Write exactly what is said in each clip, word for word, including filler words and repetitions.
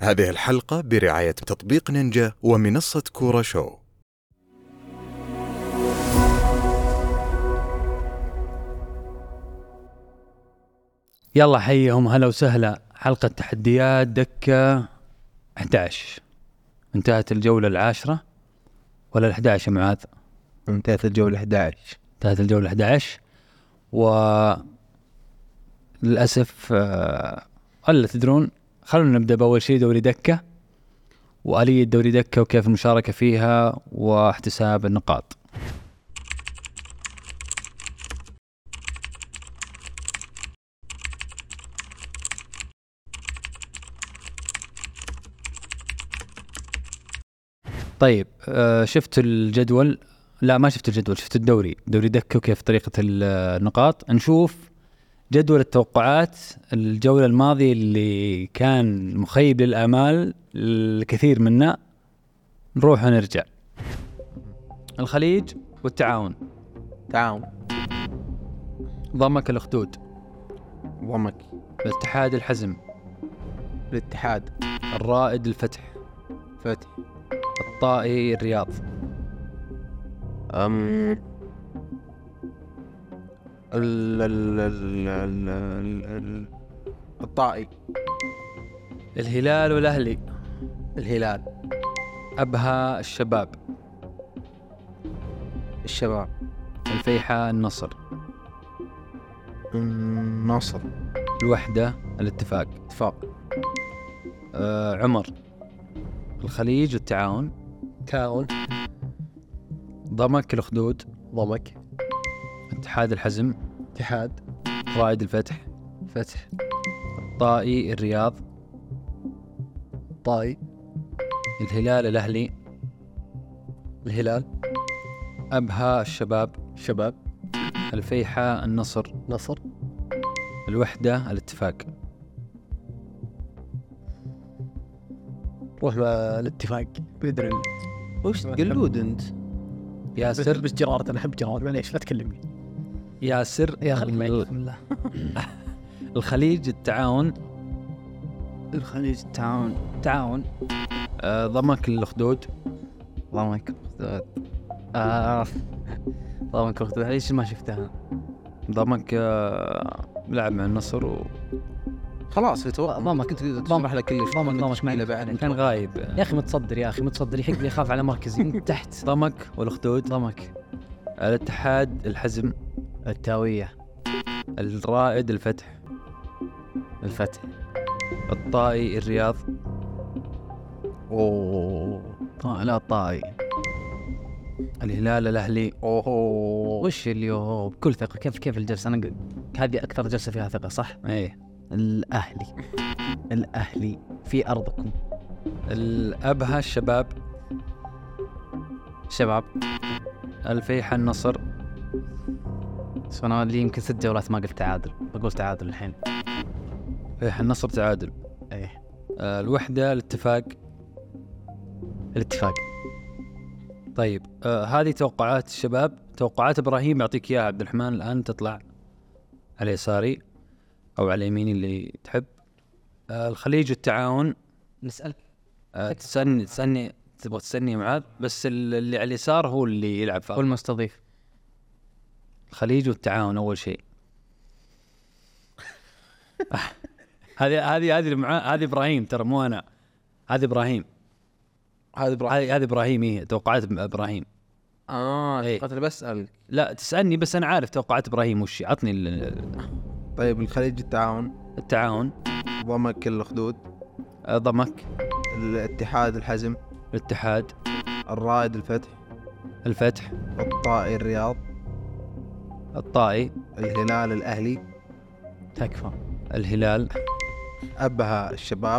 هذه الحلقة برعاية تطبيق نينجا ومنصة كورة شو. يلا حيهم هلا وسهلا. حلقة تحديات دكة أحد عشر. انتهت الجولة العاشرة ولا الأحد عشر يا معاذ؟ انتهت الجولة أحد عشر. انتهت الجولة أحد عشر وللأسف هلا تدرون، خلونا نبدأ بأول شيء دوري دكة وآلية دوري دكة وكيف المشاركة فيها واحتساب النقاط. طيب آه شفت الجدول؟ لا ما شفت الجدول، شفت الدوري دوري دكة وكيف طريقة النقاط. نشوف جدول التوقعات الجولة الماضية اللي كان مخيب للآمال الكثير منا. نروح ونرجع. الخليج والتعاون. تعاون. ضمك الأخدود. ضمك. الاتحاد الحزم. الاتحاد. الرائد الفتح. فتح. الطائي الرياض. أم ال ال ال ال ال الطائي. الهلال والأهلي. الهلال. أبها الشباب. الشباب. الفيحاء النصر. النصر. الوحدة الاتفاق. اتفاق. آه عمر. الخليج والتعاون. تعاون. ضمك الأخدود. ضمك. اتحاد الحزم. اتحاد. رائد الفتح. فتح. الطائي الرياض. طائي. الهلال الأهلي. الهلال. أبها الشباب. شباب. الفيحاء النصر. نصر. الوحدة الاتفاق. روح الاتفاق. بدري وش تقلود انت؟ ياسر. بس جرارة، انا احب جرارة، معليش لا تكلمني. ياسر. يا الله. الخليج التعاون. الخليج التعاون. تعاون. آه ضمك الأخدود. ضمك الأخدود. آه ضمك الأخدود ليش ما شفتها؟ ضمك آه لعب مع النصر و... خلاص فتوقع ضمك كنت تشرح له كل شيء. ضمك ضمك معي بعد كان غايب يا أخي. متصدر يا أخي متصدر، يحق لي يخاف على مركزي تحت. ضمك والأخدود. ضمك. الاتحاد الحزم. التاوية. الرائد الفتح. الفتح. الطائي الرياض. اوه طا... لا الطائي. الهلال الأهلي. اوه وش اليوم بكل ثقة؟ كيف كيف الجلسة؟ أنا هذه أكثر جلسة فيها ثقة صح؟ ايه. الأهلي. الأهلي في أرضكم. الأبها الشباب. شباب. الفيحاء النصر. أنا اللي يمكن ست جولات ما قلت تعادل، بقول تعادل الحين. الفيحاء النصر تعادل. ايه. آه الوحدة الاتفاق. الاتفاق. طيب آه هذه توقعات الشباب. توقعات إبراهيم يعطيك إياها عبد الرحمن الآن. تطلع على يساري أو على يميني اللي تحب. آه الخليج والتعاون. نسأل آه تسألني تسألني تبغى تسألني يا معاذ، بس اللي على اليسار هو اللي يلعب فيه. هو المستضيف. الخليج والتعاون أول شيء. هذه هذه هذه مع هذه إبراهيم ترى مو أنا. هذه إبراهيم. هذا إبراهيم. هذه إبراهيم. إيه توقعات إبراهيم. آه إيه. قلت بسأل. لا تسألني بس أنا عارف توقعات إبراهيم وش. عطني ال... طيب الخليج التعاون. التعاون. ضمك الأخدود. ضمك. الاتحاد الحزم. الاتحاد. الرائد الفتح. الفتح. الطائي الرياض. الطائي. الهلال الأهلي. تكفى. الهلال. أبها الشباب.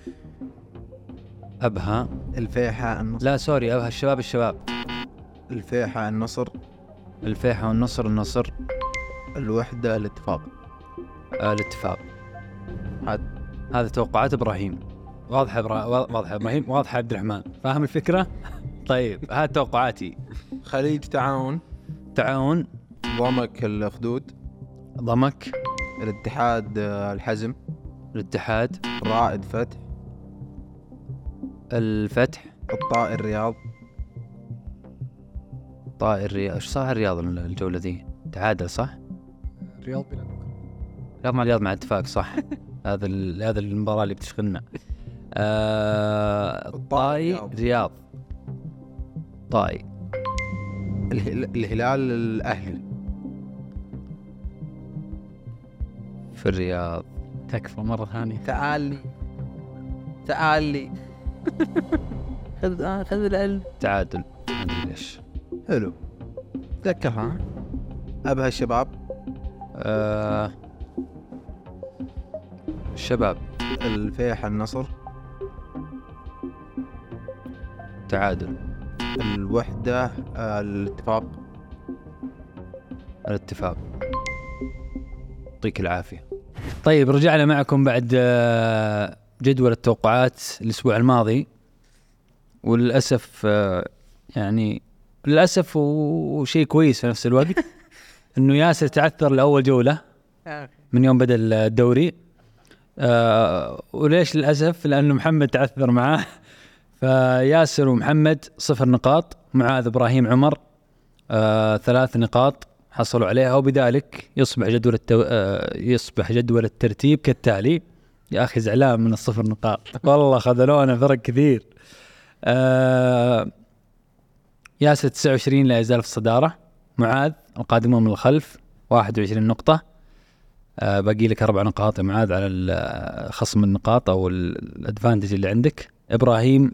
أبها. الفيحاء النصر. لا سوري أبها الشباب. الشباب. الفيحاء النصر. الفيحاء والنصر. النصر. الوحدة الاتفاق. آه الاتفاق. هذا هذا توقعات إبراهيم. واضحة إبرا... واضحة إبراهيم. واضحة عبد الرحمن. فاهم الفكرة؟ طيب هذه توقعاتي. خليج تعاون. تعاون. ضمك الأخدود. ضمك. الاتحاد الحزم. الاتحاد. رائد فتح. الفتح. الطائي الرياض. طائي الرياض. ايش صار الرياض الجولة ذي؟ تعادل صح؟ الرياض بلا نقطة. رياض مع الرياض مع اتفاق صح. هذا ال... هذا المباراة اللي بتشغلنا. آه... الطائي رياض. طائي. الهل... الهلال الأهلي في الرياض. تكفى مرة ثانية. تعال لي تعال لي خذ آه خذ العلم. تعادل ما ادري ليش. حلو تذكرها. أبها الشباب. آه... الشباب. الفيح النصر. تعادل. الوحدة آه الاتفاق. الاتفاق. يعطيك العافية. طيب رجعنا معكم بعد آه، جدول التوقعات الأسبوع الماضي، وللأسف آه، يعني للأسف وشيء كويس في نفس الوقت إنه ياسر تعثر لأول جولة من يوم بدأ الدوري. آه، وليش للأسف؟ لأنه محمد تعثر معاه، فياسر ومحمد صفر نقاط، معاذ إبراهيم عمر آه، ثلاث نقاط حصلوا عليها، وبذلك يصبح جدول التو... آه يصبح جدول الترتيب كالتالي. يا أخي زعلان من الصفر نقاط والله خذلونا فرق كثير. آه ياسر تسعة وعشرين لا يزال في الصدارة، معاذ القادمون من الخلف واحد وعشرين نقطة، آه باقي لك أربع نقاط يا معاذ على خصم النقاط أو الأدفانتج اللي عندك. إبراهيم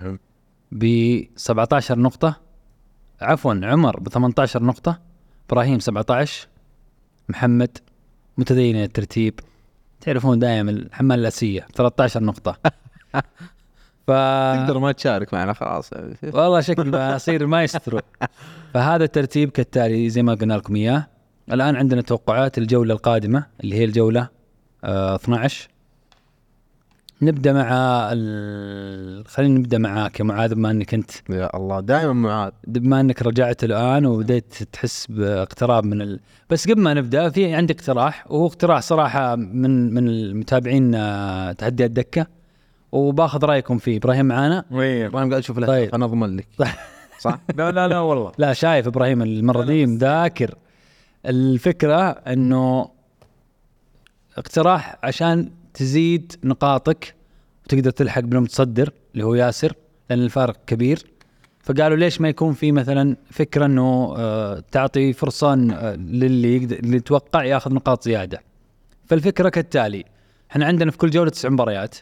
ب سبعة عشر نقطة، عفوا عمر ب ثمانية عشر نقطة، إبراهيم سبعة عشر، محمد متدين الترتيب تعرفون دائما الحمال الأسية ثلاثة عشر نقطة. ف... تقدر ما تشارك معنا خلاص والله شكل بصير مايسترو. فهذا الترتيب كالتالي زي ما قلنا لكم إياه. الآن عندنا توقعات الجولة القادمة اللي هي الجولة آه اثنا عشر. نبدأ مع ال... خلينا نبدأ معاك يا معاذ، بما أنك أنت يا الله دائما معاذ، بما أنك رجعت الآن وبدأت تحس باقتراب من ال... بس قبل ما نبدأ في عندي اقتراح، وهو اقتراح صراحة من من المتابعين تحدي الدكة، وباخذ رأيكم فيه. إبراهيم معانا؟ وين قاعد أشوف لك طيب. أنا أضمن لك صح؟ لا لا لا والله لا شايف إبراهيم المرة دي مذاكر. الفكرة أنه اقتراح عشان تزيد نقاطك وتقدر تلحق بالمتصدر اللي هو ياسر، لأن الفارق كبير. فقالوا ليش ما يكون في مثلا فكرة أنه آه تعطي فرصة آه للي يقدر اللي يتوقع ياخذ نقاط زيادة. فالفكرة كالتالي، احنا عندنا في كل جولة تسع مباريات،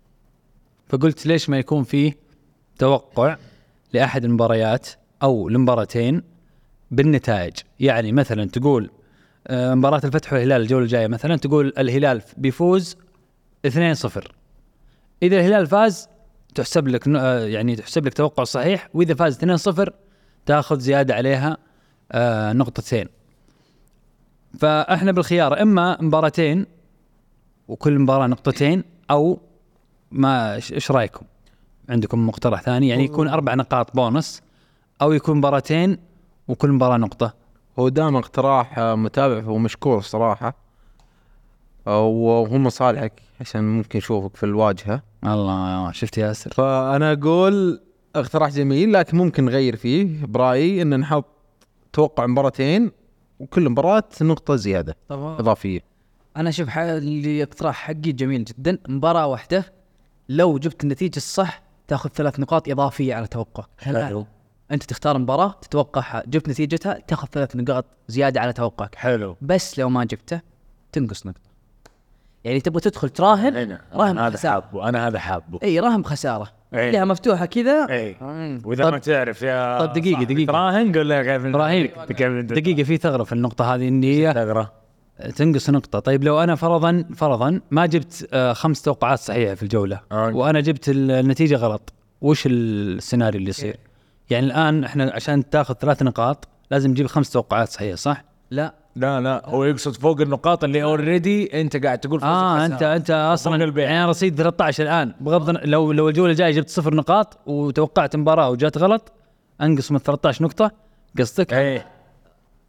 فقلت ليش ما يكون فيه توقع لأحد المباريات أو المباراتين بالنتائج. يعني مثلا تقول آه مباراة الفتح والهلال الجولة الجاية، مثلا تقول الهلال بيفوز اثنين صفر، إذا الهلال فاز تحسب لك يعني تحسب لك توقع صحيح، وإذا فاز اثنين صفر تأخذ زيادة عليها آه نقطتين. فإحنا بالخيار إما مباراتين وكل مباراة نقطتين، أو ما إيش رأيكم؟ عندكم مقترح ثاني؟ يعني يكون أربع نقاط بونص، أو يكون مباراتين وكل مباراة نقطة. هو دائما اقتراح متابع ومشكور الصراحة، وهم صالحك عشان ممكن نشوفك في الواجهة. الله شفت ياسر. فأنا أقول اقتراح جميل، لكن ممكن نغير فيه برأيي إن نحط توقع مباراتين وكل مباراة نقطة زيادة طبعا. إضافية. أنا أشوف اللي اقتراح حقي جميل جدا. مباراة واحدة لو جبت النتيجة الصح تأخذ ثلاث نقاط إضافية على توقع. حلو. أنت تختار مباراة تتوقعها، جبت نتيجتها تأخذ ثلاث نقاط زيادة على توقعك. حلو. بس لو ما جبته تنقص نقطة. يعني تبغى تدخل تراهن، راهن هذا خسارة. حابه أنا هذا حابه اي راهن خسارة أي. لها مفتوحة كذا. اي. مم. واذا طب ما تعرف يا طب دقيقة دقيقة راهن قول له كيف إبراهيم دقيقة في ثغرة في النقطة هذه، إن هي ثغرة تنقص نقطة. طيب لو أنا فرضا فرضا ما جبت آه خمس توقعات صحيحة في الجولة أوه. وأنا جبت النتيجة غلط، وش السيناريو اللي يصير؟ يعني الآن إحنا عشان تأخذ ثلاث نقاط لازم تجيب خمس توقعات صحيحة صح؟ لا لا لا هو يقصد فوق النقاط اللي اوريدي انت قاعد تقول فوز اه وخسارة. انت انت اصلا البيع. يعني رصيد ثلاثة عشر الان، بغض لو لو الجوله الجايه جبت صفر نقاط وتوقعت مباراه وجات غلط انقص من ثلاثة عشر نقطه قصدك؟ ايه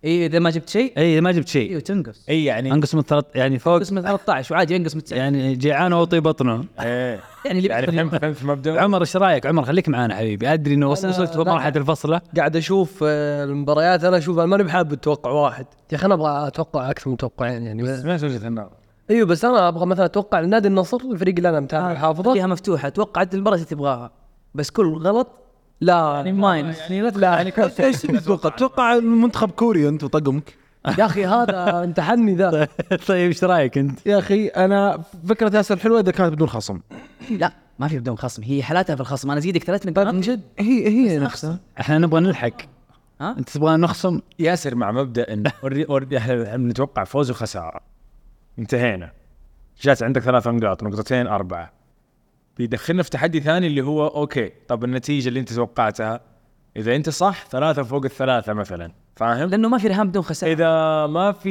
اي اذا ما جبت شيء اي ما جبت ايوه شيء تنقص. اي يعني انقص من ثلاث يعني فوق اسمه ثلاثة عشر وعادي ينقص من تسعة. يعني جيعان وطي بطنه. ايه يعني اللي يعني فهمت فهمت مبدأ. عمر ايش رايك؟ عمر خليك معانا حبيبي، ادري انه وص- وصلت لا. مرحله الفصله. قاعد اشوف آه، المباريات. انا اشوف انا ماني بحاب التوقع واحد يا اخي، انا ابغى اتوقع اكثر من توقعين يعني. بس سمعت وجهة النظر. ايوه بس انا ابغى مثلا اتوقع النادي النصر، الفريق اللي انا متابع حافظه. فيها مفتوحه، توقع عدد المباريات اللي تبغاها بس كل غلط لا يعني ماينس. يعني لا لا يعني ايش تتوقع؟ تتوقع المنتخب كوريا انت وطقمك؟ يا اخي هذا امتحني ذا. طيب ايش رايك انت؟ يا اخي انا فكره ياسر حلوه اذا كانت بدون خصم. لا ما في بدون خصم، هي حالاتها في الخصم. انا ازيدك ثلاث نقاط من جد. هي هي نفسها. احنا نبغى نلحق. ها انت تبغى نخصم؟ ياسر مع مبدأ انه وري- وري- احنا نتوقع فوز وخسارة، انتهينا. جات عندك ثلاث نقاط، نقطتين أربعة، بيدخلنا في تحدي ثاني اللي هو اوكي طب النتيجة اللي انت توقعتها اذا انت صح ثلاثة فوق الثلاثة مثلا، فاهم؟ لانه ما في رهان بدون خساره. اذا ما في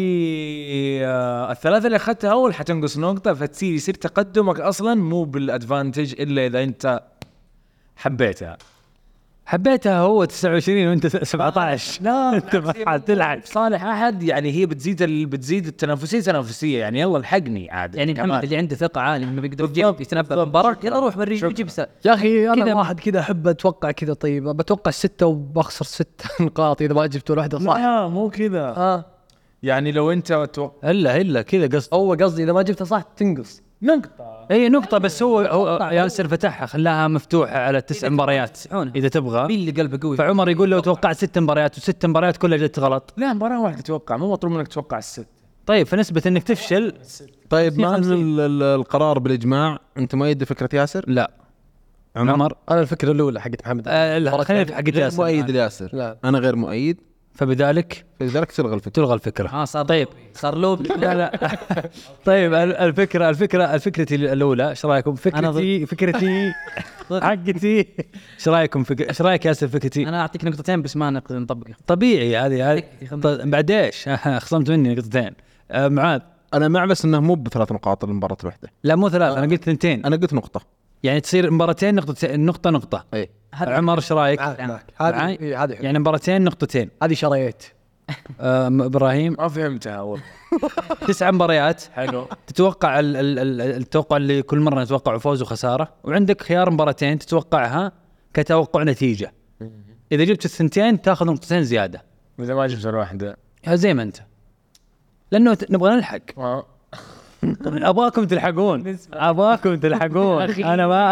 آه الثلاثة اللي اخذتها اول حتنقص نقطة، فتصير يصير تقدمك اصلا مو بالادفانتج الا اذا انت حبيتها. حبيتها هو تسعة وعشرين وانت سبعة عشر. لا انت ما حتلحق. صالح احد يعني هي بتزيد ال... بتزيد التنافسيه تنافسيه يعني يلا الحقني عاد يعني كمان. محمد اللي عنده ثقه عاليه انه بيقدر بالضبط، يجيب يتنبأ بالضبط. بالمباراه، يلا روح بري شكراً. يجيب سا. يا اخي انا كذا- واحد كذا احب اتوقع كذا. طيب بتوقع ستة وبخسر ستة نقاط اذا ما جبت ولا واحده صح. لا مو كذا، اه يعني لو انت توقع الا الا كذا قصد. هو قصدي اذا ما جبتها صح تنقص. نقطه اي نقطة بس هو هو ياسر فتحها خلاها مفتوحة على تسع مباريات تسعونها. اذا تبغى. مين اللي قلبه قوي؟ فعمر يقول لو توقعت ست مباريات وست مباريات كلها جت غلط، لا مباراه واحده تتوقع، مو مطلوب منك تتوقع الست. طيب فنسبة انك تفشل. طيب مع خمسين. ال- ال- القرار بالاجماع انت مؤيد لفكره ياسر؟ لا عمر انا الفكره الاولى حقت محمد. آه لا خلينا في حق غير ياسر. مؤيد لياسر. لا انا غير مؤيد، فبذلك فلذلك تلغى الفكره. تلغى الفكرة. اه صار طيب صار لوب. لا لا طيب ال- الفكرة الفكرة الفكرة الأولى ايش رأيكم؟ فكرتي فكرتي حقتي ايش رأيكم؟ فك... ايش رأيك ياسر فكرتي؟ انا اعطيك نقطتين بس ما نقدر نطبقها. طبيعي هذه هذه طيب بعد ايش؟ خصمت مني نقطتين. آه معاذ انا مع بس انه مو بثلاث نقاط المباراه الواحده. لا مو ثلاث انا قلت ثنتين، انا قلت نقطه. يعني تصير مباراتين نقطتين نقطة نقطة. اي عمر ايش رايك؟ معك معك معاي؟ هذه إيه، هذه حلوة. يعني مباراتين نقطتين. هذه شريت. آه ابراهيم ما فهمتها والله. تسع مباريات حلو. تتوقع ال- ال- ال- التوقع اللي كل مرة نتوقع فوز وخسارة، وعندك خيار مباراتين تتوقعها كتوقع نتيجة. إذا جبت الثنتين تاخذ نقطتين زيادة. اذا ما جبت الواحده زي ما أنت، لأنه ت- نبغى نلحق. آه. أبغاكم تلحقون، أبغاكم تلحقون. أنا ما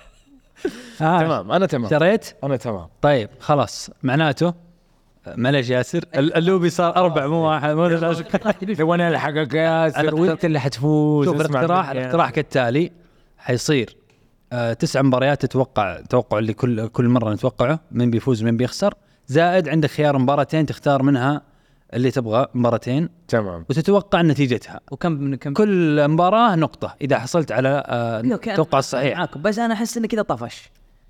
آه. تمام انا تمام شريت. انا تمام. طيب خلاص معناته معلش ياسر ال- اللوبي صار أربع مو واحد مو ثلاثة. لو انا الحقك يا ياسر وانت اللي حتفوز. شوف اسمع الاقتراح مني. الاقتراح كالتالي حيصير آه تسع مباريات تتوقع توقع اللي كل كل مره نتوقعه من بيفوز من بيخسر، زائد عندك خيار مباراتين تختار منها اللي تبغى مباراتين تمام. وتتوقع نتيجتها. وكم من كم كل مباراه نقطه اذا حصلت على آه أوكي، أنا التوقع الصحيح. معاكم بس انا احس انه كذا طفش.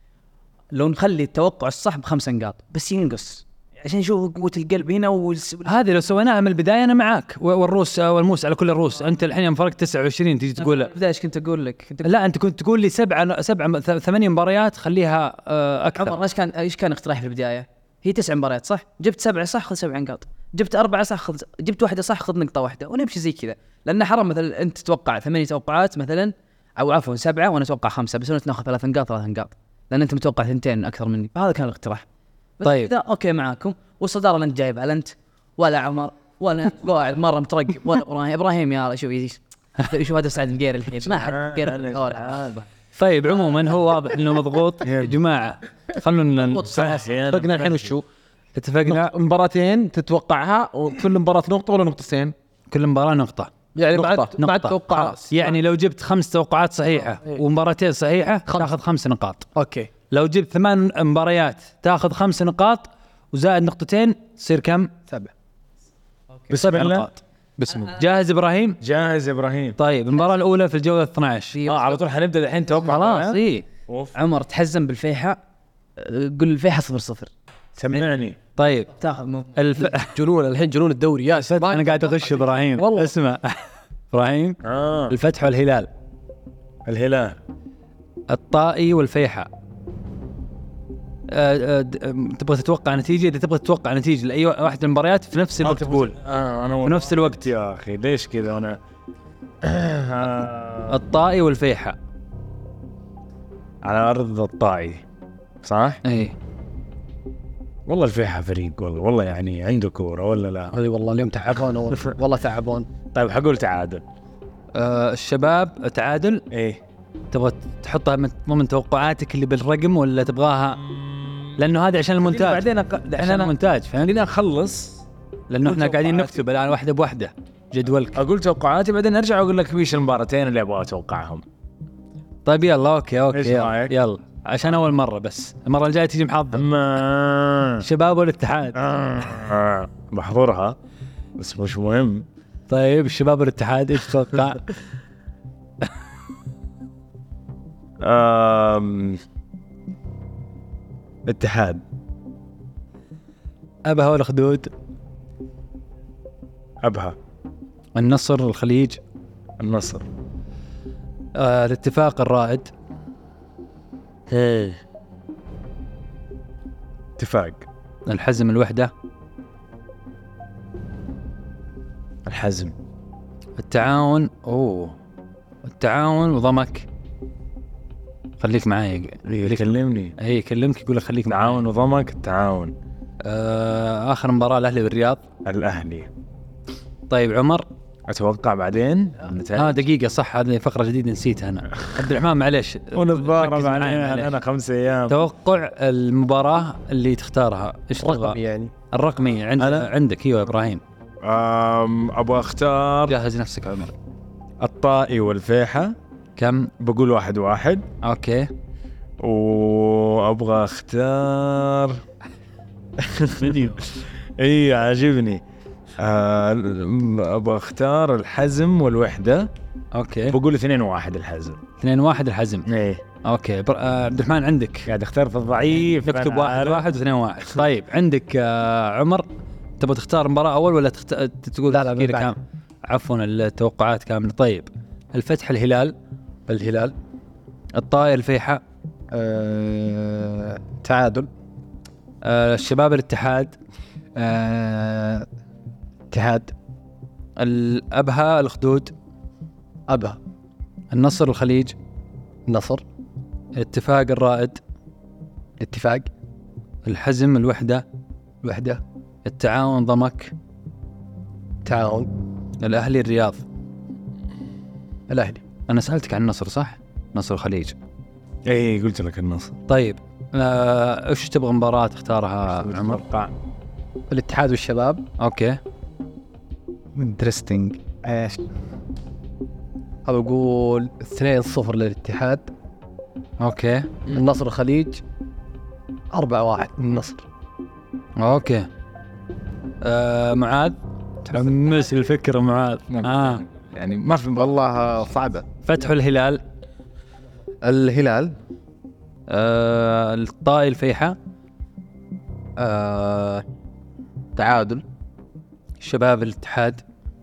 لو نخلي التوقع الصح بخمس نقاط بس ينقص عشان نشوف قوه القلب هنا والس... هذه لو سويناها من البدايه انا معاك، و- والروس آه، والموس على كل الروس. انت الحين يوم فرقت تسعة وعشرين تيجي تقول بداية ايش كنت اقول لك؟ كنت لا انت كنت تقول لي سبعه سبعه ث- ثمانية مباريات خليها آه اكثر. عمر ايش كان ايش كان اقتراحي في البدايه؟ هي تسع مباريات صح؟ جبت سبعه صح خذ سبع نقاط، جبت اربعه صح خذ، جبت واحده صح خذ نقطه واحده، ونمشي زي كذا. لان حرام مثلا انت تتوقع ثمانيه توقعات مثلا او عفوا سبعه وانا اتوقع خمسه، بس انت ناخذ ثلاث نقاط ثلاث نقاط لان انت متوقع ثنتين اكثر مني. فهذا كان الاقتراح. بس طيب. كذا اوكي معاكم. والصداره لا انت جايبها لا انت ولا عمر ولا قاعد مره مترقب ولا ابراهيم. ابراهيم يا شوف يجي شوف هذا سعد القير الحين ما حد قير. طيب عموما هو واضح انه مضغوط يا جماعه. خلونا اتفقنا الحين وشو؟ اتفقنا مباراتين تتوقعها وكل مباراه نقطه ولا نقطتين؟ كل مباراه نقطه. يعني نقطة. بعد بعد نقطة. توقعات. يعني لو جبت خمس توقعات صحيحه إيه. ومباراتين صحيحه خمس. تاخذ خمس نقاط. اوكي لو جبت ثمان مباريات تاخذ خمس نقاط وزائد نقطتين تصير كم؟ سبع. بسم سبع الله. نقاط. بسم الله. جاهز ابراهيم؟ جاهز يا ابراهيم. طيب المباراه الاولى في الجوله اثنا عشر. اه على طول حنبدا الحين توقع. خلاص اي اوف عمر تحزم بالفيحة. قل الفيحة صفر صفر سمعني. طيب تاخذ مو الف... جنون الحين جنون الدوري يا سيد. انا قاعد اغش ابراهيم والله. اسمع ابراهيم اه الفتح والهلال، الهلال، الطائي والفيحاء، آه، آه، د- آم، تبغى تتوقع نتيجه، اذا تبغى تتوقع نتيجه لاي واحده من المباريات في نفس الوقت تقول آه انا في نفس الوقت. يا اخي ليش كذا انا آه الطائي والفيحة. على ارض الطائي صح؟ اي والله الفيحة فريق والله والله يعني عنده كورة ولا لا؟ هذه والله اليوم تعبون والله تعبون. طيب حقول تعادل. آه الشباب تعادل. ايه تبغى تحطها من ضمن توقعاتك اللي بالرقم ولا تبغاها؟ لانه هذا عشان المونتاج، بعدين أق... عشان عشان أنا... المونتاج فهمت؟ خلينا اخلص لانه احنا قاعدين توقعاتي. نكتب الان واحده بواحده جدولك. اقول توقعاتي بعدين ارجع اقول لك ويش المباراتين اللي ابغى اتوقعهم. طيب يلا اوكي اوكي إيش يلا, رأيك؟ يلا عشان اول مره، بس المره الجايه تيجي محضر. ما الشباب والاتحاد. آه. بحضرها بس مش مهم. طيب الشباب والاتحاد ايش تتوقع؟ أم... اتحاد. ابها والخدود. ابها. النصر الخليج. النصر. آه الاتفاق الرائد. اتفاق. الحزم الوحده. الحزم. التعاون. اوه التعاون وضمك. خليك معاي. يكلمني. اي كلمك يقول لك خليك معاي. تعاون وضمك. التعاون. آه اخر مباراه الاهلي بالرياض. الاهلي. طيب عمر. اتوقع بعدين اه دقيقه صح، هذه فقره جديده نسيتها انا. عبد الرحمن معليش ونتضارب ركز معاي، عليها معليش. انا خمس ايام. توقع المباراه اللي تختارها ايش رقم تبغى؟ يعني الرقمي عند أنا؟ عندك ايوه يا ابراهيم. أم... ابغى اختار جهز نفسك عمر. الطائي والفيحة. كم؟ بقول واحد واحد. اوكي وابغى اختار فيديو. اي عاجبني. آه، ابغى اختار الحزم والوحدة. اوكي بقول اثنين واحد الحزم. اثنين واحد الحزم. ايه اوكي بر... آه عبد الرحمن عندك. قاعد اختار في الضعيف. نكتب أنا واحد عارف. واحد واثنين واحد. طيب عندك آه عمر، تبغى تختار مباراة أول ولا تخت... تقول لا، لا، تفكيرك من بعد. كام؟ عفوا التوقعات كاملة. طيب الفتح الهلال. الهلال. الطائر الفيحة. أه... تعادل. آه الشباب الاتحاد. أه... اتحاد. الأبها الخدود. أبها. النصر الخليج. النصر. الاتفاق الرائد. اتفاق. الحزم الوحدة. وحدة. التعاون ضمك. تعاون. الأهلي الرياض. الأهلي. أنا سألتك عن النصر صح؟ نصر الخليج. ايه قلت لك النصر. طيب آه، ايش تبغى مباراة تختارها عمر؟ اتوقع الاتحاد والشباب. اوكي انترستنج. ايش؟ أبى أقول اثنين صفر للاتحاد. اوكي النصر الخليج أربعة واحد النصر. اوكي آه معاذ تحمس الفكرة معاذ. آه. يعني ما في والله صعبة. فتح الهلال. الهلال. آه الطائي الفيحة. آه تعادل. شباب الاتحاد.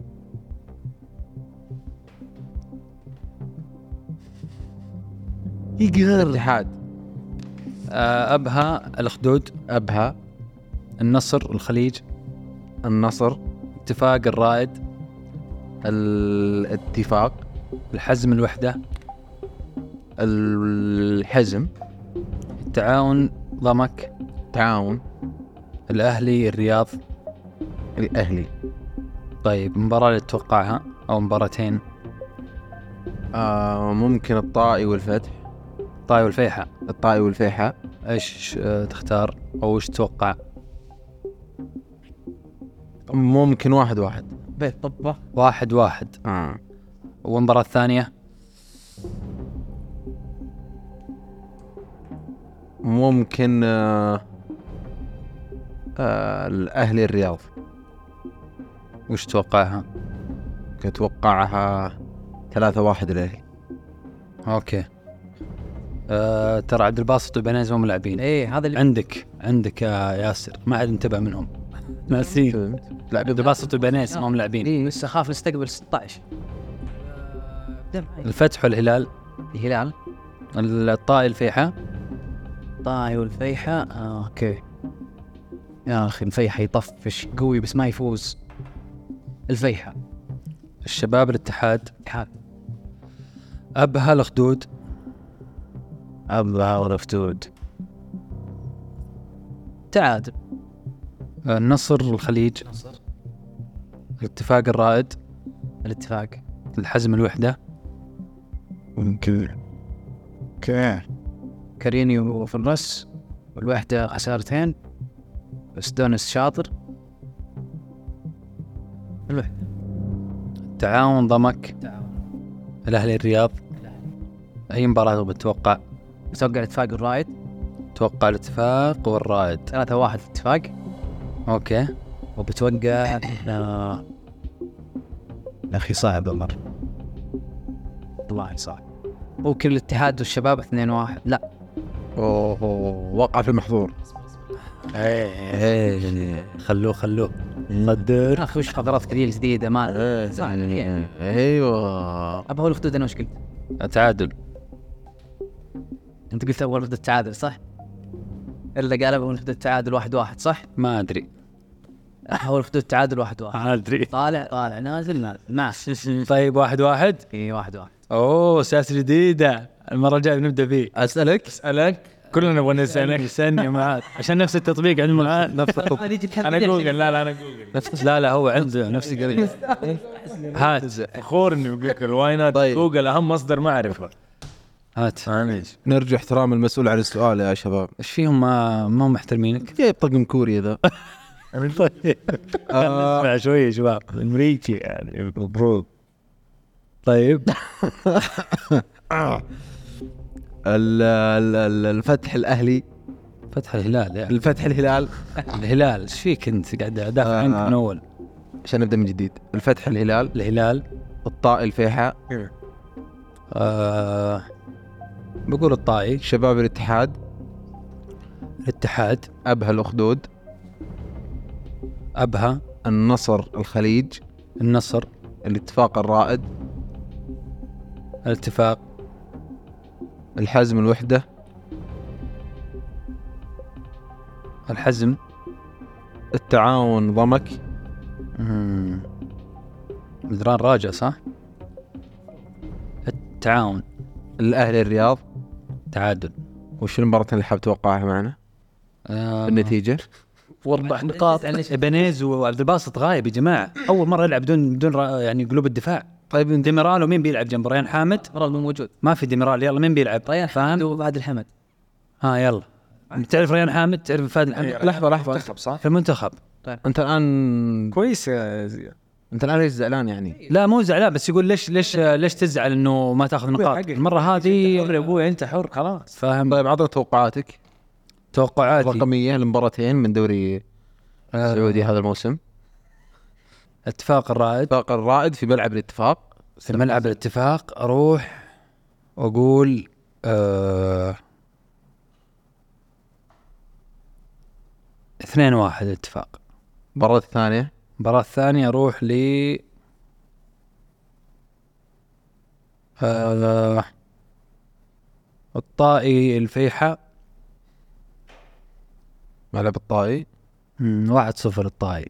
يقهر الاتحاد. آه أبها الخدود. أبها. النصر الخليج. النصر. اتفاق الرائد. الاتفاق. الحزم الوحدة. الحزم. التعاون ضمك. تعاون. الأهلي الرياض. الأهلي. طيب مباراة اللي تتوقعها أو مباراتين؟ آه ممكن الطائي والفتح. الطائي والفيحة. الطائي والفيحة. ايش آه تختار او ايش تتوقع؟ ممكن واحد واحد. بيت طبة. واحد واحد. آه. والمباراة الثانية ممكن آه آه الأهلي الرياض. وش تتوقعها؟ أتوقعها ثلاثة واحد الأهلي. اوكي آه ترى عبد الباسط وبنيز هم لاعبين. ايه هذا اللي عندك عندك يا ياسر ما عاد انتبه منهم ناسين. لا عبد الباسط وبنيز ما هم لاعبين. إيه لسه خاف نستقبل ستة عشر. الفتح والهلال. الهلال. الطائي الفيحة. الطائي والفيحة. آه اوكي يا اخي الفيحة يطفش قوي بس ما يفوز. الفيحة. الشباب الاتحاد. اتحاد. أبها الأخدود. أبها والأخدود. تعادل. النصر الخليج. نصر. الاتفاق الرائد. الاتفاق. الحزم الوحدة. ممكن اوكي. كارينيو في الرأس والوحدة خسارتين بس دونس شاطر. الوحدة. التعاون ضمك. الأهلي الرياض. أي مباراة بتتوقع؟ أتوقع الاتفاق الرائد. توقع الاتفاق والرائد. ثلاثة واحد الاتفاق. أوكي. وبتوقع آه... يا أخي صعب مرة والله صعب. ممكن الاتحاد والشباب اثنين واحد. لا اوه وقع في المحظور. ايه خلوه خلوه نقدر. يا أخي وش خضرات كثير جديدة ما صح. ايوه أبغى الأخدود. أنا وش قلت؟ تعادل. أنت قلت أول وحدة التعادل صح؟ إلا قال أبغى وحدة التعادل واحد واحد صح؟ ما أدري. أول وحدة التعادل واحد واحد. ما أدري. طالع طالع نازل نازل ناس. طيب واحد واحد. إيه واحد واحد. أوه ساس جديدة. المرة الجاية بنبدأ فيه. اسالك اسالك كلنا نبغى نسالك. ثانية معاد عشان نفس التطبيق عند معاد. نفس الخط. انا جوجل. لا لا انا جوجل. نفس لا لا هو عنده نفس قريب. هات فخور اني بقول واي نوت. طيب. جوجل اهم مصدر معرفه. هات. معليش. نرجع احترام المسؤول عن السؤال يا شباب. ايش فيهم ما ما هم محترمينك؟ جايب طقم كوري ذا. طيب آه، اسمع شوية يا شباب. امريكي يعني المفروض. طيب ال- ال- ال- الفتح الاهلي. فتح الهلال يعني. الفتح الهلال. الهلال ايش فيك انت قاعد ادافع آه. عنك من اول. عشان نبدا من جديد. الفتح الهلال. الهلال. الطائي الفيحاء. آه بقول الطائي. شباب الاتحاد. الاتحاد. ابها الاخدود. ابها. النصر الخليج. النصر. الاتفاق الرائد. الاتفاق. الحزم الوحدة. الحزم. التعاون ضمك. مم. مدران راجع صح. التعاون. الاهلي الرياض. تعادل. وش المباراة اللي حاب توقعها معنا آه النتيجة؟ واربع نقاط. ابنيز وعبد الباسط غايب يا جماعه. اول مره يلعب بدون بدون را- يعني قلوب الدفاع. طيب ديميرال ومين بيلعب جنب ريان حامد؟ مرة مو موجود. ما في ديميرال. يلا مين بيلعب؟ ريان فاهم. وبعد الحمد. ها يلا. تعرف ريان حامد؟ تعرف فهد الحمد؟ لحظة لحظة. منتخب صح؟ في المنتخب. انت الان كويس يا زي- انت الان ليش زعلان يعني؟ لا مو زعلان بس يقول ليش ليش ليش تزعل انه ما تاخذ نقاط حقك. المره هذه. حر يا ابوي انت حر خلاص. فاهم. طيب عطنا توقعاتك توقعاتي رقمية للمباراتين من دوري السعودي هذا الموسم. اتفاق الرائد. اتفاق الرائد في ملعب الاتفاق. في ملعب الاتفاق اروح واقول آه اثنين واحد الاتفاق. المباراة الثانية. المباراة الثانية اروح ل آه الطائي الفيحة. ملعب الطائي. مم، واحد صفر الطائي.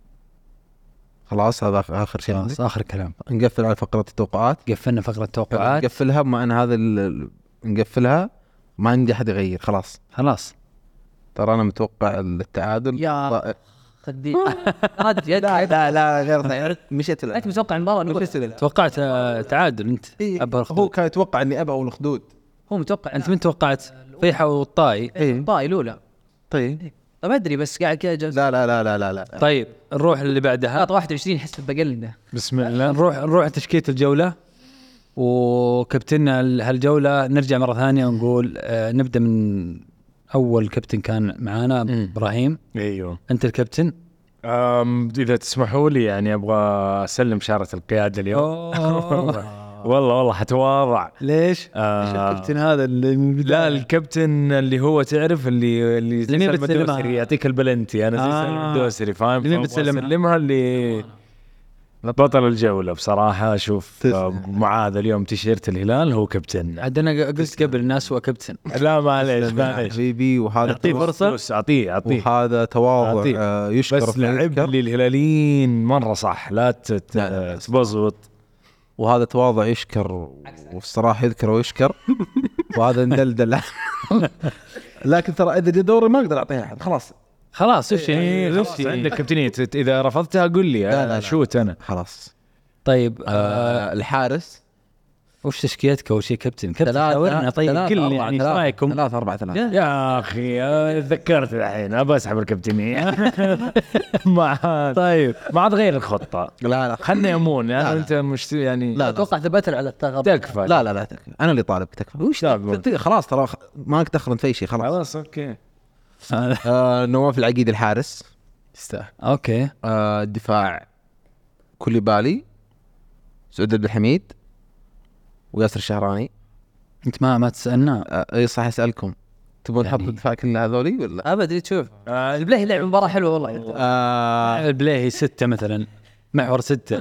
خلاص هذا اخر شيء. خلاص اخر كلام. نقفل على فقرة التوقعات. قفلنا فقرة توقعات. نقفلها بما ان هذا ال- نقفلها ما عندي احد يغير خلاص. خلاص. ترى انا متوقع التعادل. يا طائي. خدي رد يد. لا لا غير مشيت له. انت متوقع المباراة نقول. مشيت له. توقعت آه، تعادل انت. إيه، أبها هو الخطوط. كان يتوقع اني ابها والخدود. هو متوقع انت من توقعت فيحة والطائي. ايه باي الاولى. طيب. طب ادري بس قاعد كذا جالس. لا لا لا لا لا لا. طيب نروح اللي بعدها. نقاط واحد وعشرين حسب بقلده. بسم الله. نروح نروح تشكيلة الجولة وكابتننا هالجولة. نرجع مرة ثانية ونقول آه نبدأ من أول كابتن كان معانا إبراهيم. ايوه. أنت الكابتن. أم اذا تسمحوا لي يعني ابغى اسلم شارة القيادة اليوم. والله والله حتواضع. ليش؟ آه إيش الكابتن هذا اللي من لا البداية؟ الكابتن اللي هو تعرف اللي اللي زي لمين سلمى بتسلمها؟ الدوسري يعطيك البلنتي. انا زي آه. سلمى الدوسري فاهم. لمين فأبغى بتسلمها؟ اسلمها اللي بطل الجوله بصراحه اشوف تسلم. آه، معاذ اليوم تيشيرت الهلال هو كابتن. عاد انا قلت قبل الناس هو كابتن. لا معليش معليش حبيبي، وهذا أعطيه تواضع- فرصة. بس اعطيه اعطيه وهذا تواضع أعطيه. آه، يشكر بس لعب فيذكر. لي الهلاليين مره صح، لا تت- لا، لا، لا. تبزوط. وهذا تواضع يشكر، والصراحه يذكر ويشكر. وهذا ندلدل. لكن ترى اذا جا دوري ما اقدر اعطيها احد، خلاص خلاص وش إيه، وش خلاص عندك كابتنية، اذا رفضتها قل لي لا، لا، انا لا. شوت انا. خلاص. طيب آه آه الحارس وش تشكيلتك اول شيء كابتن؟ كابتن ثلاثة- حاورنا طيب ثلاثة، قل لي أربعة، يعني ايش ثلاثة، رايكم؟ ثلاثة أربعة ثلاثة. يا اخي آه، تذكرت الحين ابى اسحب الكابتنية. مع طيب ما عاد غير الخطه، لا لا خلنا يمون يعني لا، لا. انت مش يعني لا لا اتوقع ثبتنا على التغرب. تكفى. لا لا لا تكفى. انا اللي طالب تكفى. وش لا، ت- ت- خلاص ترى خ- ما تدخل في اي شيء خلاص. خلاص اوكي. آه نواف العقيد الحارس. يستاهل. اوكي آه الدفاع كوليبالي، سعود عبد الحميد، وياسر الشهراني. انت ما ما تسالنا. آه اي صح، اسالكم تبون نحط يعني- الدفاع كله هذولي ولا؟ ابد تشوف آه، البلاهي لعب مباراه حلوه والله. آه البلاهي ستة مثلا، محور ستة.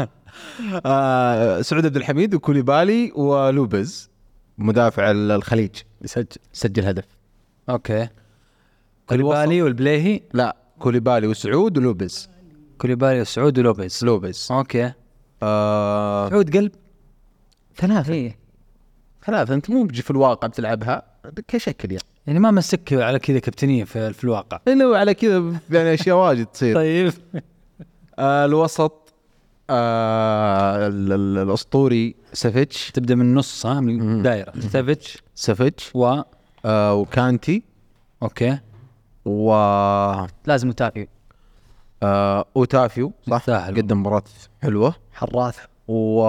آه سعود عبد الحميد وكوليبالي ولوبز مدافع ال- الخليج يسجل. سجل هدف. اوكي كوليبالي والبلاهي. لا، كوليبالي وسعود ولوبز. كوليبالي وسعود ولوبيز. لوبز اوكي آه سعود قلب. ثلاثة ايه ثلاثة. انت مو بتجي في الواقع بتلعبها كشكل يعني. يعني ما مسك على كذا كابتنية في, في الواقع. الا على كذا يعني اشياء واجد تصير. طيب آه الوسط آه ال- ال- الاسطوري سافيتش. تبدا من النص ها من مم. الدائرة. سافيتش سافيتش و آه وكانتي اوكي و لازم متافي. آه اوتافيو صح، يستاهل. قدم مباراة حلوة. حراث و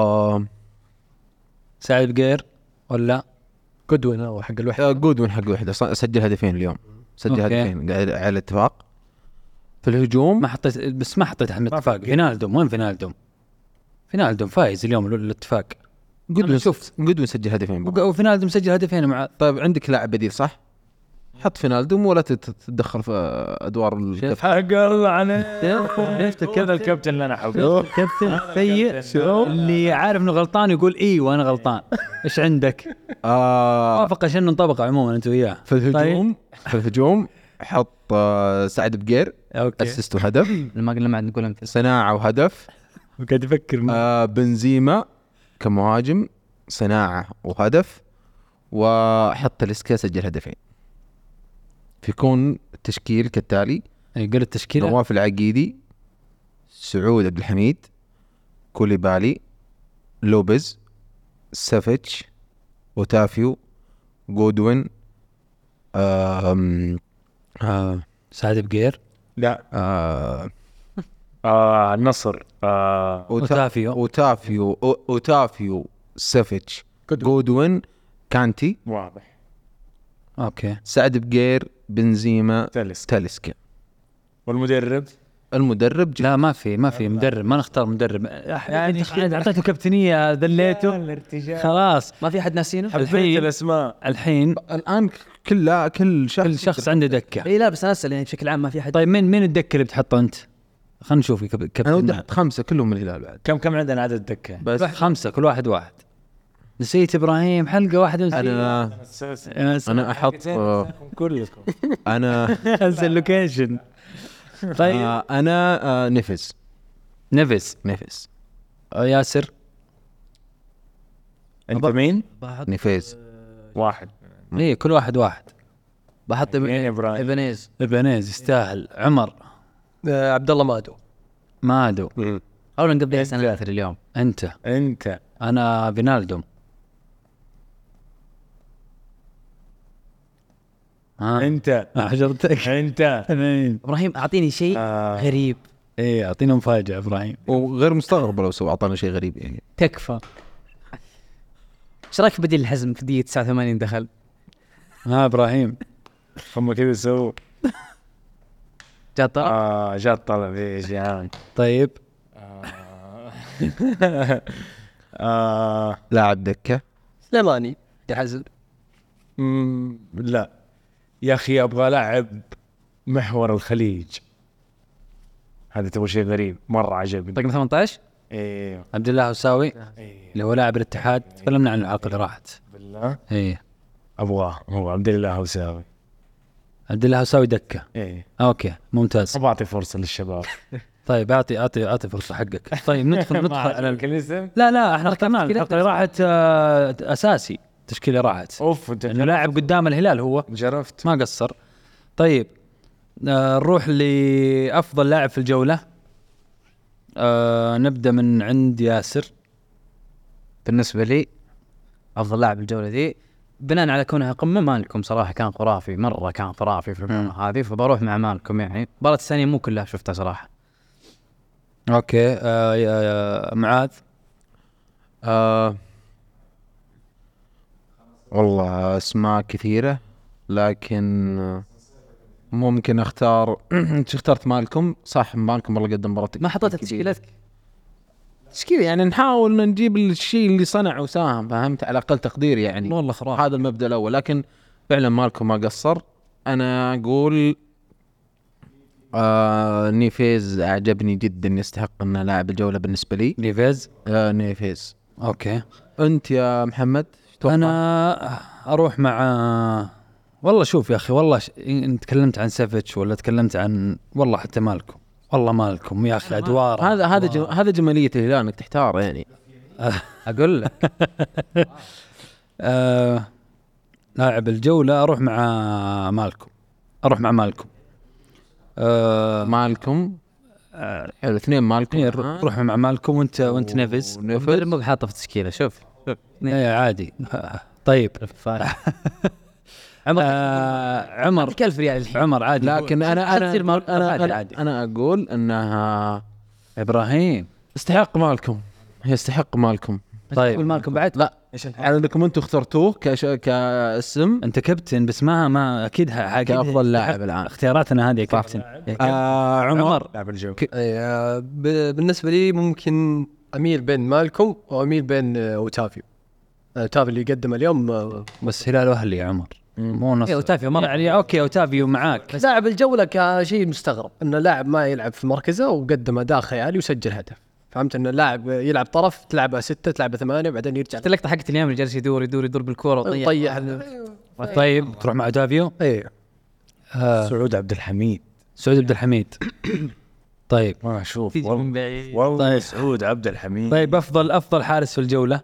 سعيد بقير ولا قدوة هو حق الوحدة. آه، جودوين حق وحده ص- سجل هدفين اليوم. سجل أوكي. هدفين قاعد على الاتفاق. في الهجوم ما حطيت بس ما حطيت احنا الاتفاق. فينالدوم وين فينالدوم؟ فينالدوم فايز اليوم الاتفاق. جودوين شفت. جودوين سجل هدفين برضه. وفينالدوم سجل هدفين مع طيب عندك لاعب بديل صح؟ حط فينالدوم ولا تت- تتدخل في ادوار الكابتن. حق الله عليك. شفت كذا الكابتن اللي انا احبه. كابتن سيء اللي عارف انه غلطان يقول اي وانا غلطان. ايش عندك؟ آه وافق عشان ننطبق عموما انت وياه. في الهجوم في الهجوم حط آه سعد بقير اوكي اسيست وهدف. لما لما عاد نقول انت صناعة وهدف. قاعد افكر آه بنزيما كمهاجم صناعة وهدف. وحط الاسكا سجل هدفين. فيكون التشكيل كالتالي: قل التشكيله. نواف العقيدي، سعود عبد الحميد، كوليبالي، لوبز، سافيتش، اوتافيو، جودوين، آم آه سعد بقير لا آه آه النصر آه أوتا- اوتافيو. اوتافيو أو- اوتافيو سافيتش، جودوين، كانتي، واضح. اوكي سعد بقير، بنزيما، تلس. تاليسكا. والمدرب المدرب ج- لا ما في ما في مدرب. ما نختار مدرب يعني اعطيته كابتنيه ذليته خلاص. ما في احد ناسينه. حبيت الحين الاسماء. الحين الان كل كل شخص كل شخص عنده دكه. اي لا بس انا اسال يعني بشكل عام ما في احد. طيب مين مين الدكه اللي بتحطها انت؟ خلينا نشوف كاب- انا ودي كابتن. احط خمسه كلهم من الهلال بعد. كم كم عندنا عدد دكه؟ بس خمسه كل واحد واحد. نسيت ابراهيم حلقه واحده نسيت. انا يا سلام. انا احط آه، كلكم. انا انسى اللوكيشن. طيب آه، انا آه، نفس نفس نفس آه، ياسر انت مين؟ نفيس. واحد. ايه كل واحد واحد. بحط مين ابراهيم؟ ايبانيز. ابنيز يستاهل. عمر آه عبد الله مادو. مادو. حاول نقضيها سنه ياسر اليوم. انت انت انا فينالدوم. ها انت حجرتك. انت اثنين. ابراهيم اعطيني شيء آه. غريب. ايه اعطينا مفاجاه ابراهيم. وغير مستغرب لو سوى اعطانا شيء غريب يعني. تكفى. ايش رايك في بديل الحزم في دقيقه تسعة وثمانين دخل؟ ها ابراهيم هم كذا يسووا. جاء طلع. اه جات طلب ايش يعني. طيب آه لاعب دكه. سليماني يا حزن. مم، لا يا اخي ابغى العب محور الخليج. هذا تبغى شيء غريب مره عجبني. رقم ثمانية عشر. ايه عبد الله هوساوي ايه اللي هو لاعب الاتحاد، تكلمنا عن الحلقه اللي راحت. بالله ايه ابغاه هو عبد الله هوساوي. عبد الله هوساوي دكه. ايه اوكي ممتاز. ابغى اعطي فرصه للشباب. طيب اعطي اعطي اعطي فرصه حقك. طيب ندخل ندخل على ال... الاسم. لا لا احنا اخترنا الحلقه اللي راحت آه، اساسي التشكيله راحت اوف انت انه لاعب قدام الهلال هو جرفت. ما قصر. طيب آه، نروح لافضل لاعب في الجوله. آه، نبدا من عند ياسر. بالنسبه لي افضل لاعب الجوله دي بناء على كونها قمه، مالكم صراحه كان خرافي مره، كان خرافي في المباراه هذه، فبروح مع مالكم. يعني المباراه الثانيه مو كلها شفتها صراحه. اوكي آه يا- يا معاذ. آه والله اسماء كثيرة، لكن آه، ممكن اختار انت اخترت مالكم صح. مالكم والله قدم مباراة ما حطيتها كبيرة. تشكيلتك؟ تشكيلة يعني نحاول نجيب الشيء اللي صنع وساهم، فهمت؟ على اقل تقدير يعني. والله خرافي. هذا المبدأ الاول، لكن فعلا مالكم ما قصر. انا اقول آه نيفيز اعجبني جدا، يستحق انه لاعب الجولة بالنسبة لي. نيفيز. آه نيفيز. اوكي انت يا محمد تتوقع؟ انا اروح مع والله شوف يا اخي والله ش... ان تكلمت عن سافيتش ولا تكلمت عن والله حتى مالكم، والله مالكم يا اخي ادوار. هذا هذا جم... هذا جمالية الهلال انك تحتار يعني. اقول لك آه... لاعب الجوله اروح مع مالكم، اروح مع مالكم. آه... مالكم آه... حلو، اثنين مالكم. إيه، آه. روح مع مالكم وانت وانت نيفيز. ونيفيز. مو بحاطه في تشكيله. شوف ايه عادي. طيب عمر آه... عمر ألف ريال الحين. عمر عادي. لكن انا انا تصير مال- انا عادي انا, عادي. أنا اقول انها ابراهيم. يستحق مالكم، يستحق مالكم. طيب مالكم بعد لا على انكم انتم اخترتوه كش... كاسم انت كابتن بس ما ما اكيد ه- أكيد كافضل لاعب الان. اختياراتنا هذه يا كابتن. آه عمر لاعب الجو. إيه، آه، ب- بالنسبه لي ممكن اميل بين مالكم واميل بين آه، اوتافيو. آه، اوتافيو اللي قدم اليوم آه، بس هلال واهلي يا عمر مو نص. إيه، أوتافيو مرة. يعني اوكي اوتافيو معاك. لاعب الجوله كشيء مستغرب ان اللاعب ما يلعب في مركزه وقدم اداء خيالي وسجل هدف. فهمت ان اللاعب يلعب طرف تلعبه ستة تلعبه ثمانية بعدين يرجع اللقطه حقت اليوم اللي جالس يدور يدور يدور بالكوره وطيح. يطيح. طيب تروح مع اوتافيو. ايه آه. سعود عبد الحميد. سعود عبد الحميد. طيب ما اشوف تيجي والله من بعيد. والله طيب. سعود عبد الحميد. طيب افضل افضل حارس في الجوله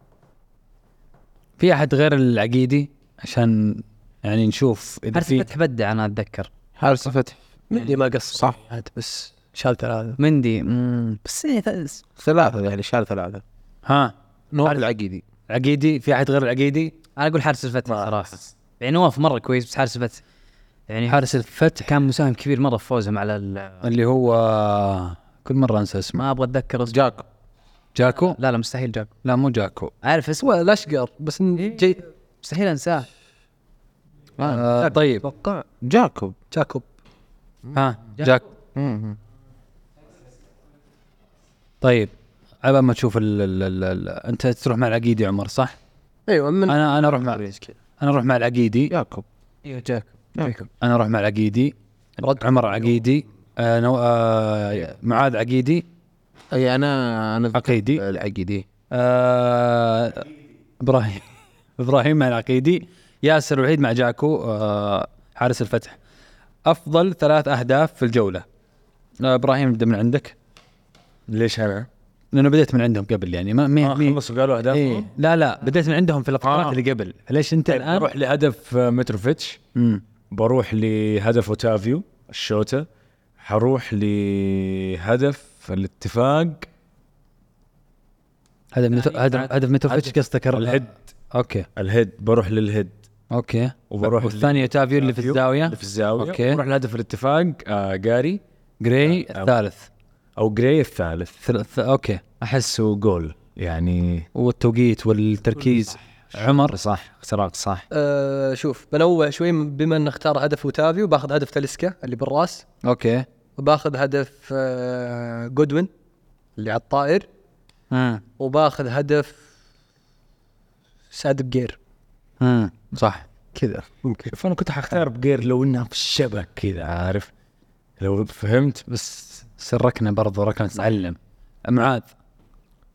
في احد غير العقيدي عشان يعني نشوف اذا حارس في فتح بدع انا اتذكر. حارس فتح مندي ما قصر صح. عاد بس شال ثلاثه. مندي مم. بس إيه ث- ثلاثة يعني شال ثلاثة. ها نواف العقيدي. عقيدي. في احد غير العقيدي؟ انا اقول حارس الفتح ما صراحه. يعني نواف مره كويس بس حارس الفتح يعني حارس الفتح كان مساهم كبير مره في فوزهم على ال- اللي هو كل مره انسى اسمه. ما ابغى اتذكر اسمه. جاكو. جاكو. لا لا مستحيل جاكو. لا مو جاكو. عارف اسمه هو الاشقر بس إن جي مستحيل انساه. آه طيب اتوقع جاكو. جاكوب. ها جاك. مم. طيب على ما تشوف ال ال ال ال انت تروح مع العقيدي يا عمر صح؟ ايوه من انا انا اروح مع انا اروح مع العقيدي. جاكو. ايوه جاكو. جاكو. انا اروح مع العقيدي. رد. عمر عقيدي. آه نو... آه معاذ عقيدي. اي انا انا عقيدي. العقيدي. آه ابراهيم ابراهيم مع العقيدي. ياسر وعيد مع جاكو آه حارس الفتح. افضل ثلاث اهداف في الجوله. آه ابراهيم نبدا من عندك ليش انا؟ لانه بديت من عندهم قبل يعني ما مي آه مي خلصوا قالوا اهداف. إيه. لا لا بديت من عندهم في الفقرات آه. اللي قبل. ليش انت الان بروح لهدف آه، متروفيتش. مم. بروح لهدف اوتافيو الشوطه. حروح لهدف الاتفاق. هدف متو... هدف هدف متروفيتش قصدك الر- الهيد. اوكي الهيد بروح للهيد. اوكي وبروح والثاني اوتافيو اللي في الزاويه اللي في الزاويه. أوكي. بروح لهدف الاتفاق آه جاري جراي آه. الثالث. او جراي الثالث. ثلاث اوكي. احسه جول يعني. والتوقيت والتركيز. عمر صح اختراق صح. آه شوف بنوع شوي بما ان اختار هدف اوتافيو باخذ هدف تاليسكا اللي بالراس اوكي. وباخذ هدف آه جودوين اللي على الطائر امم وباخذ هدف سعد بقير امم صح. كذا ممكن. شوف انا كنت حختار بغير لو انها في الشبك كذا عارف. لو فهمت بس. سركنا برضو ركنا نتعلم. معاذ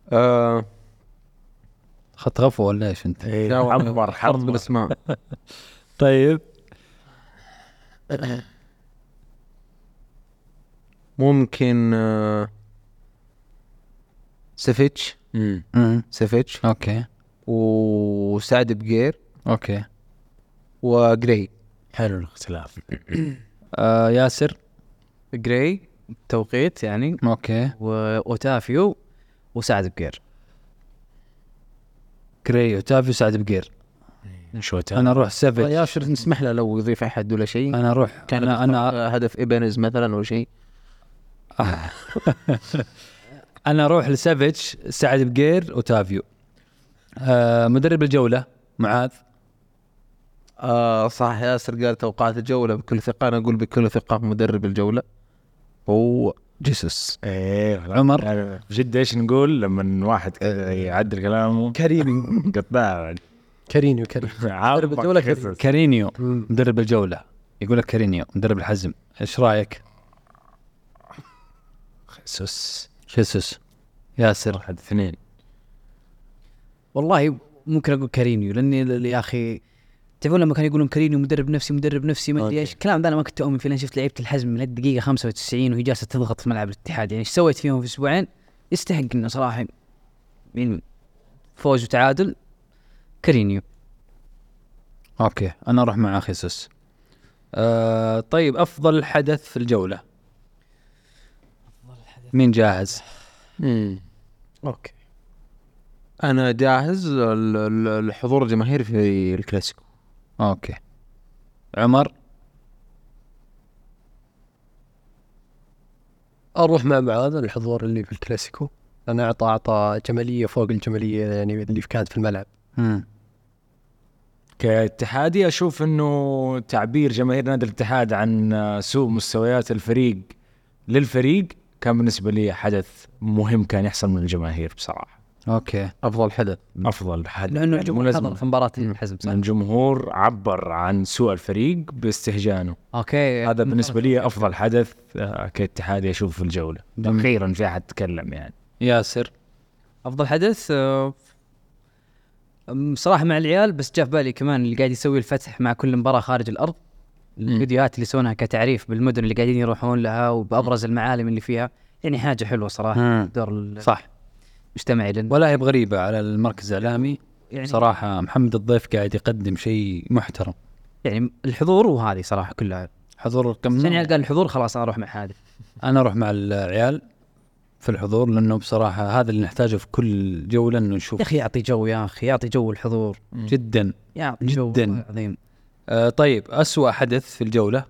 آه خط غفو ولا ايش انت؟ حمر حرب بالاسماء. طيب ممكن آه سفيتش امم سفيتش اوكي وسعد بقير اوكي وجراي. حلو الاختلاف. آه ياسر. جراي توقيت يعني، اوكي واوتافيو وسعد بقير. كري اوتافيو سعد بقير. شو انا اروح سافيتش. ياسر نسمح له لو يضيف احد ولا شيء. انا اروح كان انا انا هدف ايبنز مثلا ولا شيء. انا اروح لسافيتش سعد بقير اوتافيو. آه مدرب الجوله معاذ. آه صح، ياسر قال توقعات الجوله بكل ثقه، انا اقول بكل ثقه مدرب الجوله هو جيسوس. ايه عمر. يعني بجد ايش نقول لما واحد كذا يعدل كلامه؟ كرينيو قطاع كرينيو كرينيو مدرب الجولة كرينيو. كارينيو مم. مدرب الجوله، يقول لك كارينيو مدرب الحزم. ايش رايك؟ خسوس خيسوس. ياسر. واحد اثنين. والله ممكن اقول كارينيو، لاني ل- يا اخي تعرفون لما كانوا يقولون كارينيو مدرب نفسي مدرب نفسي ما ادري ايش الكلام ذا، انا ما كنت اؤمن فيه لان شفت لعيبه الحزم من الدقيقه خمسة وتسعين وهي جالسه تضغط في ملعب الاتحاد. يعني ايش سويت فيهم في اسبوعين؟ يستحق انه صراحه من فوز وتعادل. كارينيو. اوكي انا اروح مع خيسوس. آه طيب افضل حدث في الجوله. مين جاهز؟ امم اوكي انا جاهز. ال- ال- الحضور الجماهيري في الكلاسيكو. اوكي عمر. اروح مع معاذ الحضور اللي في الكلاسيكو، لأنه اعطى اعطى جماليه فوق الجماليه يعني اللي كانت في الملعب. مم. كاتحادي اشوف انه تعبير جماهير نادي الاتحاد عن سوء مستويات الفريق للفريق كان بالنسبه لي حدث مهم كان يحصل من الجماهير بصراحه. اوكي افضل حدث. افضل حدث لانه يعني مو الجمهور لازم حضر في مباراه الحزم صح؟ الجمهور عبر عن سوء الفريق باستهجانه. اوكي هذا بالنسبه لي افضل حدث آه، كاتحادي اشوف في الجوله. جميل. اخيرا في احد تكلم يعني. ياسر. افضل حدث آه، أم، صراحه مع العيال، بس جاء في بالي كمان اللي قاعد يسوي الفتح مع كل مباراه خارج الارض، الفيديوهات اللي يسوونها كتعريف بالمدن اللي قاعدين يروحون لها وبابرز المعالم اللي فيها، يعني حاجه حلوه صراحه. مم. دور صح. المجتمعي لنا ولا هي بغريبه على المركز الاعلامي يعني صراحه. محمد الضيف قاعد يقدم شيء محترم. يعني الحضور وهذه صراحه كلها. حضور كم عشان يعني قال الحضور خلاص انا اروح مع هذا. انا اروح مع العيال في الحضور، لانه بصراحه هذا اللي نحتاجه في كل جوله، انه نشوف يا اخي يعطي جو، يا اخي يعطي جو الحضور، جدا. يعطي جو جداً. والله عظيم. آه طيب أسوأ حدث في الجوله.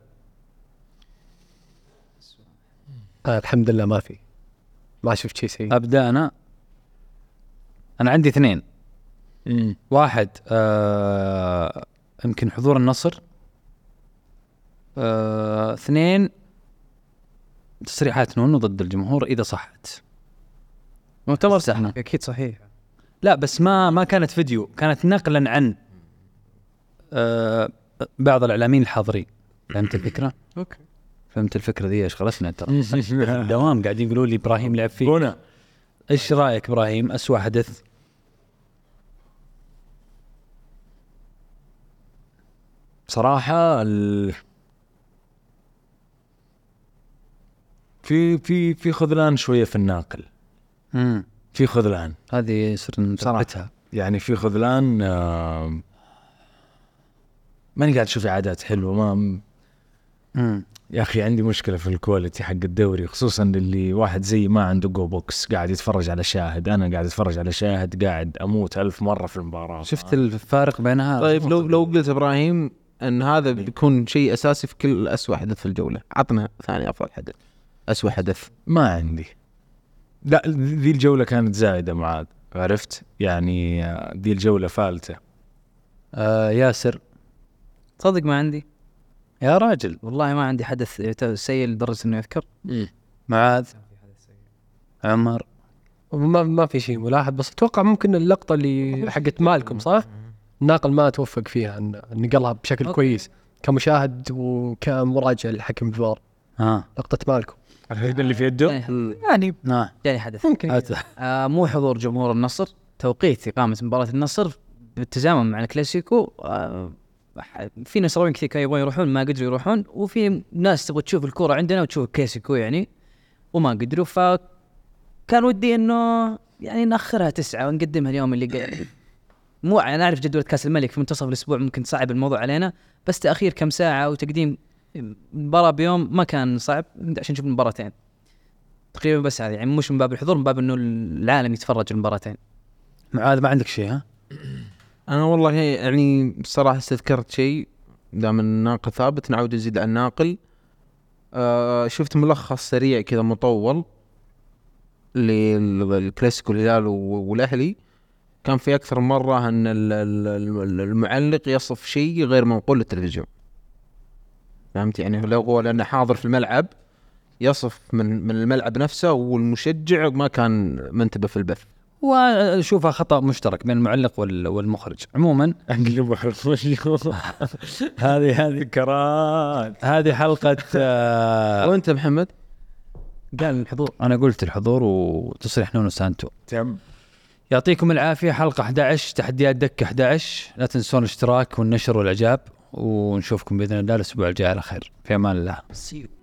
آه الحمد لله ما في، ما شفت شيء سيء. ابدا انا انا عندي اثنين. امم واحد آه يمكن حضور النصر. آه اثنين تصريحات نونو ضد الجمهور اذا صحت. مؤتمر صحنا. صحفي اكيد صحيح. لا بس ما ما كانت فيديو، كانت نقلا عن آه بعض الاعلاميين الحاضرين. فهمت الفكره؟ اوكي فهمت الفكره ذي ايش خلصنا ترى. الدوام قاعدين يقولوا لي ابراهيم لعب فيه. هنا ايش رايك ابراهيم؟ أسوأ حدث. صراحة ال... في في في خذلان شوية في الناقل. امم في خذلان هذه صرنا نثبتها. يعني في خذلان. آه... ماني قاعد اشوف عادات حلوة. ما امم يا اخي عندي مشكلة في الكواليتي حق الدوري، خصوصا اللي واحد زي ما عنده جو بوكس قاعد يتفرج على شاهد. انا قاعد اتفرج على شاهد قاعد اموت ألف مرة في المباراة. شفت الفارق بينها؟ طيب لو لو قلت ابراهيم ان هذا بيكون شيء اساسي في كل اسوأ حدث في الجوله، عطنا ثاني افضل حدث. اسوأ حدث ما عندي. لا ذي الجولة كانت زايدة معاذ، عرفت يعني. آه، ذي الجولة فالتة. آه ياسر. صدق ما عندي يا راجل. والله، ما عندي حدث يعتبر سيء لدرجه انه يذكر. معاذ. عمر. ما ما في شيء ملاحظ، بس اتوقع ممكن اللقطه اللي حقت مالكم صح؟ الناقل ما توفق فيها ان نقلها بشكل أوكي. كويس كمشاهد وكمراجع لحكم الفار. ها لقطه مالكم الهيد اللي في يده يعني نعم جاني حدث ممكن آه مو حضور جمهور النصر، توقيت إقامة مباراة النصر بالتزامن مع الكلاسيكو. آه في نصراويين كثير كانوا يبغون يروحون ما قدروا يروحون، وفي ناس تبغى تشوف الكرة عندنا وتشوف الكلاسيكو يعني وما قدروا، فكان ودي إنه يعني نأخرها تسعة ونقدمها اليوم اللي قاعد. مو أنا أعرف جدولة كأس الملك في منتصف الأسبوع ممكن تصعب الموضوع علينا، بس تأخير كم ساعة وتقديم مباراة بيوم ما كان صعب عشان نشوف المباراتين تقريبا. بس هذه يعني مش من باب الحضور، من باب إنه العالم يتفرج المباراتين. معاذ ما عندك شيء؟ ها انا والله يعني بصراحه استذكرت شيء، دام الناقل ثابت نعود نزيد على الناقل. آه شفت ملخص سريع كذا مطول للكلاسيكو الهلال والاهلي، كان في اكثر مره ان المعلق يصف شيء غير منقول للتلفزيون. فهمت يعني؟ لو هو لانه حاضر في الملعب يصف من من الملعب نفسه، والمشجع ما كان منتبه في البث. وشوفها خطأ مشترك بين المعلق والمخرج عموما. هذه هذه كرات هذه حلقة آه وانت محمد قال الحضور، انا قلت الحضور وتصريح نونو سانتو. تم. يعطيكم العافية. حلقة أحد عشر تحديات دكة أحد عشر، لا تنسون الاشتراك والنشر والإعجاب، ونشوفكم بإذن الله الأسبوع الجاي على خير. في أمان الله. See you.